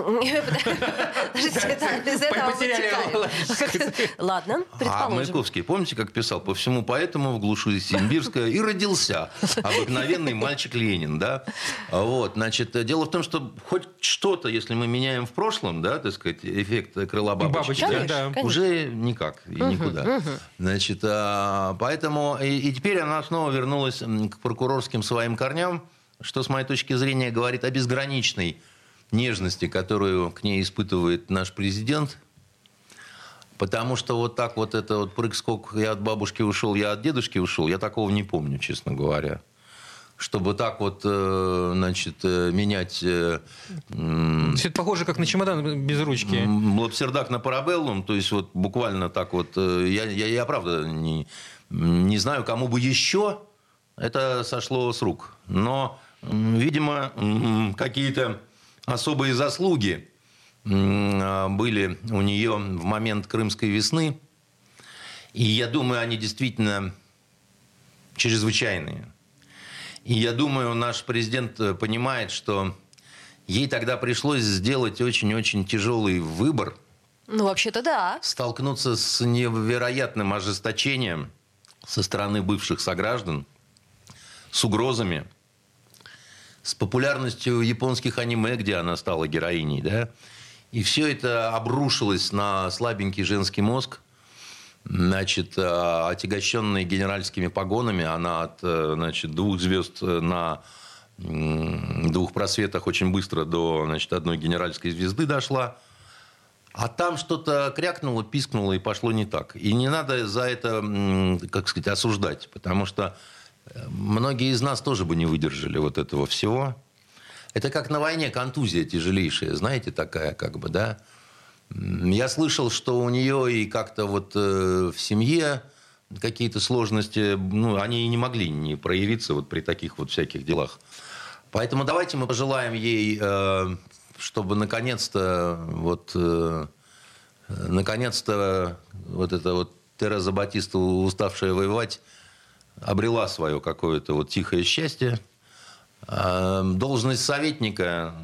Ладно, предположим. А Маяковский, помните, как писал? По всему поэтому в глуши Симбирска и родился обыкновенный мальчик Ленин, да? Вот, значит, дело в том, что хоть что-то, если мы меняем в прошлом, да, так сказать, эффект крыла бабочки, Бабочки, да, да. уже никак и угу, никуда. Угу. Значит, а, поэтому и, и теперь она снова вернулась к прокурорским своим корням, что, с моей точки зрения, говорит о безграничной нежности, которую к ней испытывает наш президент. Потому что вот так вот это вот прыг-скок, я от бабушки ушел, я от дедушки ушел, я такого не помню, честно говоря. Чтобы так вот, значит, менять... Все это похоже, как на чемодан без ручки. Лапсердак на парабеллум, то есть вот буквально так вот... Я, я, я правда не, не знаю, кому бы еще это сошло с рук. Но, видимо, какие-то особые заслуги были у нее в момент Крымской весны. И я думаю, они действительно чрезвычайные. И я думаю, наш президент понимает, что ей тогда пришлось сделать очень-очень тяжелый выбор. Ну, вообще-то да. Столкнуться с невероятным ожесточением со стороны бывших сограждан, с угрозами, с популярностью японских аниме, где она стала героиней, да. И все это обрушилось на слабенький женский мозг. Значит, отягощенный генеральскими погонами, она от, значит, двух звезд на двух просветах очень быстро до, значит, одной генеральской звезды дошла. А там что-то крякнуло, пискнуло и пошло не так. И не надо за это, как сказать, осуждать, потому что многие из нас тоже бы не выдержали вот этого всего. Это как на войне контузия тяжелейшая, знаете, такая как бы, да. Я слышал, что у нее и как-то вот э, в семье какие-то сложности, ну, они и не могли не проявиться вот при таких вот всяких делах. Поэтому давайте мы пожелаем ей, э, чтобы наконец-то вот, э, наконец-то вот эта вот Тереза Батиста, уставшая воевать, обрела свое какое-то вот тихое счастье. Э, должность советника...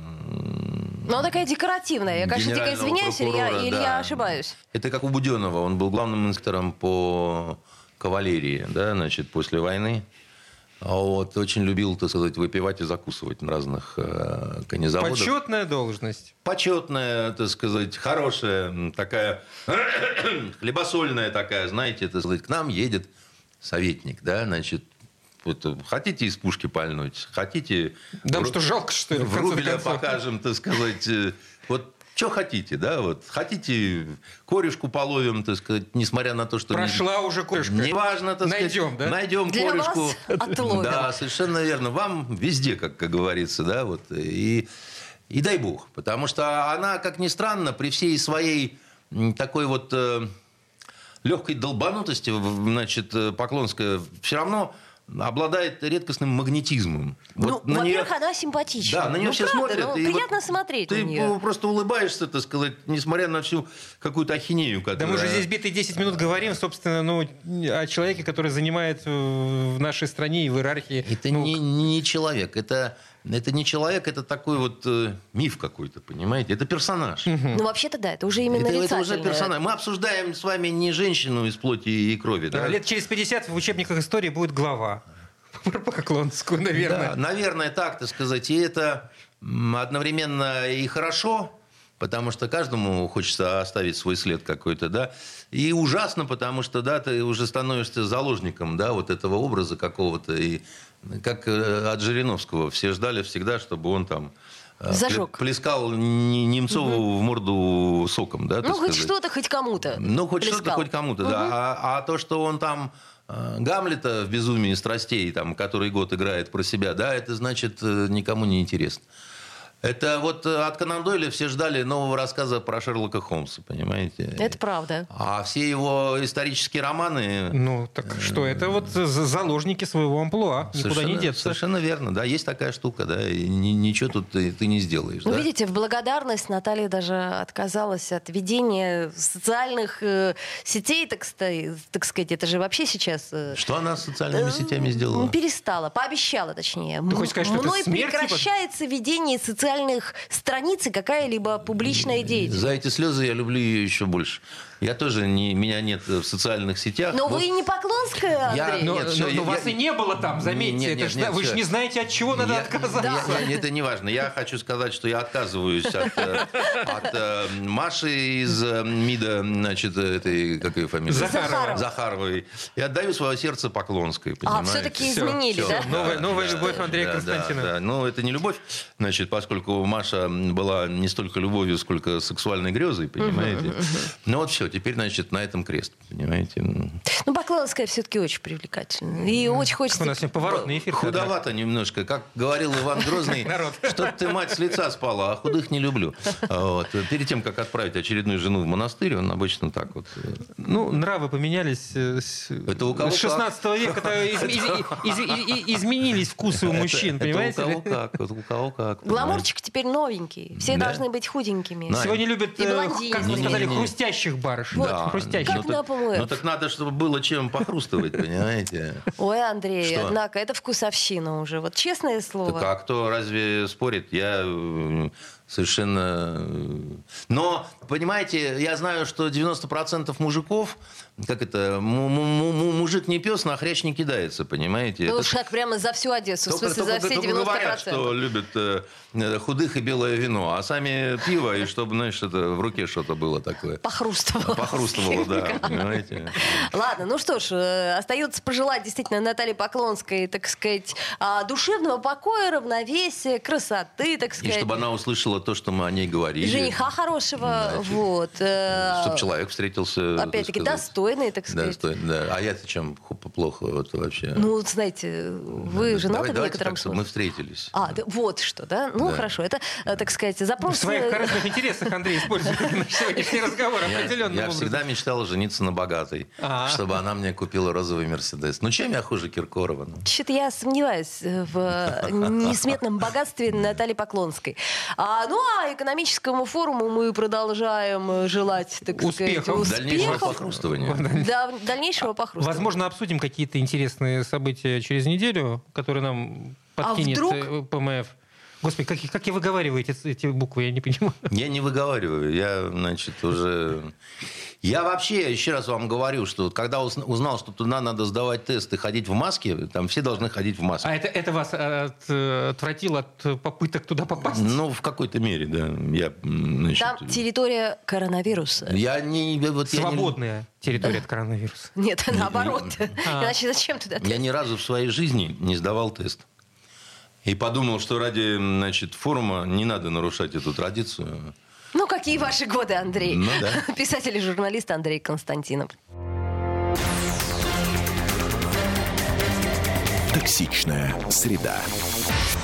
Ну, она такая декоративная. Я, конечно, дико извиняюсь, или я, или да. я ошибаюсь? Это как у Буденова. Он был главным инспектором по кавалерии, да, значит, после войны. Вот, очень любил, так сказать, выпивать и закусывать на разных э, конезаводах. Почетная должность. Почетная, так сказать, хорошая, такая, хлебосольная такая, знаете, так сказать, к нам едет советник, да, значит, вот, хотите из пушки пальнуть, хотите... Да, в, что жалко, что ли, в рубля покажем, так сказать, вот что хотите, да, вот, хотите корешку половим, так сказать, несмотря на то, что... Прошла не, уже корешка. Неважно, так сказать. Найдем, да? Найдем Для корешку. вас отловим. Да, совершенно верно. Вам везде, как, как говорится, да, вот, и, и дай бог, потому что она, как ни странно, при всей своей такой вот э, легкой долбанутости, значит, Поклонская, все равно... обладает редкостным магнетизмом. Ну, вот во-первых, нее... она симпатична. Да, на нее ну, все правда, смотрят. Ну, и приятно вот смотреть ты на нее. просто улыбаешься, так сказать, несмотря на всю какую-то ахинею. Которая... Да мы же здесь битые десять минут говорим, собственно, ну, о человеке, который занимает в нашей стране и в иерархии. Это ну, не, не человек, это... Это не человек, это такой вот э, миф какой-то, понимаете? Это персонаж. Ну, вообще-то да, это уже именно Это, это нарицательное. уже персонаж. Мы обсуждаем с вами не женщину из плоти и крови. Да? Да, лет через пятьдесят в учебниках истории будет глава. Про Поклонскую, наверное. Да, наверное, так, так сказать. И это одновременно и хорошо, потому что каждому хочется оставить свой след какой-то, да. И ужасно, потому что, да, ты уже становишься заложником, да, вот этого образа какого-то. И как от Жириновского. Все ждали всегда, чтобы он там... Зажег. Плескал Немцову угу. в морду соком, да, так Ну, хоть сказать. что-то, хоть кому-то. Ну, хоть плескал. что-то, хоть кому-то, угу. да. А, а то, что он там э, Гамлета в «Безумии страстей», там, который год играет про себя, да, это значит э, никому не интересно. Это вот от Конан Дойля все ждали нового рассказа про Шерлока Холмса, понимаете? Это правда. А все его исторические романы... Ну, так что, это вот заложники своего амплуа, никуда не деться. Совершенно верно, да, есть такая штука, да, и ничего тут ты, ты не сделаешь. Ну, да? видите, в благодарность Наталья даже отказалась от ведения социальных э, сетей, так сказать, так сказать, это же вообще сейчас... Э, что она с социальными э, сетями сделала? Перестала, пообещала, точнее. Ты хочешь сказать, что Мной это смерть, прекращается типа? ведение социальных страниц и какая-либо публичная деятельность. За эти слезы я люблю ее еще больше. Я тоже, не, меня нет в социальных сетях. Но вот. вы не Поклонская, Андрей? Я, но нет, но, все, но я, вас я, и не было там, заметьте. Нет, это нет, ж, нет, вы же не знаете, от чего надо я, отказаться. Я, я, это не важно. Я хочу сказать, что я отказываюсь от, от э, Маши из э, МИДа, значит, этой, как ее фамилия? Захарова. Захаровой. И отдаю свое сердце Поклонской, понимаете? А, все-таки Всё, изменили, всё. да? Новая, новая да, любовь да, Андрея да, Константиновича. Да, да. Но это не любовь, значит, поскольку Маша была не столько любовью, сколько сексуальной грезой, понимаете? Uh-huh, uh-huh. Ну вот все, теперь, значит, на этом крест, понимаете? Ну, Поклонская все-таки очень привлекательна. И mm. очень хочется... У нас сегодня поворотный эфир. Худовато немножко. Как говорил Иван Грозный, что ты, мать, с лица спала, а худых не люблю. Вот. Перед тем, как отправить очередную жену в монастырь, он обычно так вот... Ну, нравы поменялись с, Это у кого с шестнадцатого века. Из, из, из, из, изменились вкусы у мужчин, это, понимаете? Это у кого как. Вот у кого как. Гламурчик теперь новенький. Все Да. должны быть худенькими. Да. Сегодня любят, И э, блондины. как вы сказали, Не-не-не. хрустящих барышень. опарыш. Вот. Да, Хрустящий. Как ну, так, на ПМФ. ну так надо, чтобы было чем похрустывать, понимаете? Ой, Андрей, Что? однако, это вкусовщина уже. Вот честное слово. Так, а кто разве спорит? Я э, совершенно... э, Но, понимаете, я знаю, что девяносто процентов мужиков, как это, му- му- му- мужик не пес, на хрящ не кидается, понимаете? Ну Это уж как прямо за всю Одессу, в Только, смысле, за только- все только девяносто говорят, процентов. что любят э, худых и белое вино, а сами пиво, и чтобы, знаешь, это в руке что-то было такое. Похрустывало. Похрустывало, да, понимаете? Ладно, ну что ж, э, остается пожелать действительно Наталье Поклонской, так сказать, а, душевного покоя, равновесия, красоты, так И сказать. чтобы она услышала то, что мы о ней говорили. Жениха хорошего, Значит, вот. э, Чтобы человек встретился. так Опять-таки, сказать. достойный, так сказать. Достойный, да. А я-то чем ху- плохо вот вообще? Ну, вот знаете, вы Да, женаты давай- в давайте некотором так, чтобы мы смысле. встретились. А, да, вот что, да? Ну, Да. хорошо. Это, э, так сказать, В запрос... своих э, корыстных интересах Андрей использует наш сегодняшний разговор Я, определенным я образом. всегда мечтал жениться на богатой, А. чтобы она мне купила розовый Мерседес. Ну, чем я хуже Киркорова? Ну? Что-то я сомневаюсь в несметном богатстве Натальи Поклонской. А, ну, а экономическому форуму мы продолжаем желать, так Успехов. сказать, Дальнейшего успехов. похрустывания. Да, дальнейшего похрустывания. Возможно, обсудим какие-то интересные события через неделю, которые нам подкинет вдруг? э, ПМФ. Господи, как, как и выговариваете эти буквы, я не понимаю. Я не выговариваю, я, значит, уже... Я вообще, еще раз вам говорю, что вот когда уз- узнал, что туда надо сдавать тест и ходить в маске, там все должны ходить в маске. А это, это вас э, от, э, отвратило от попыток туда попасть? Ну, в какой-то мере, да. Я, м, значит, Там территория коронавируса. я не... Вот я не- Свободная территория от коронавируса. Нет, наоборот. А. Иначе зачем туда? Я ни разу в своей жизни не сдавал тест. И подумал, что ради, значит, форума не надо нарушать эту традицию. Ну, какие ваши годы, Андрей? Ну, да. Писатель и журналист Андрей Константинов. Токсичная среда.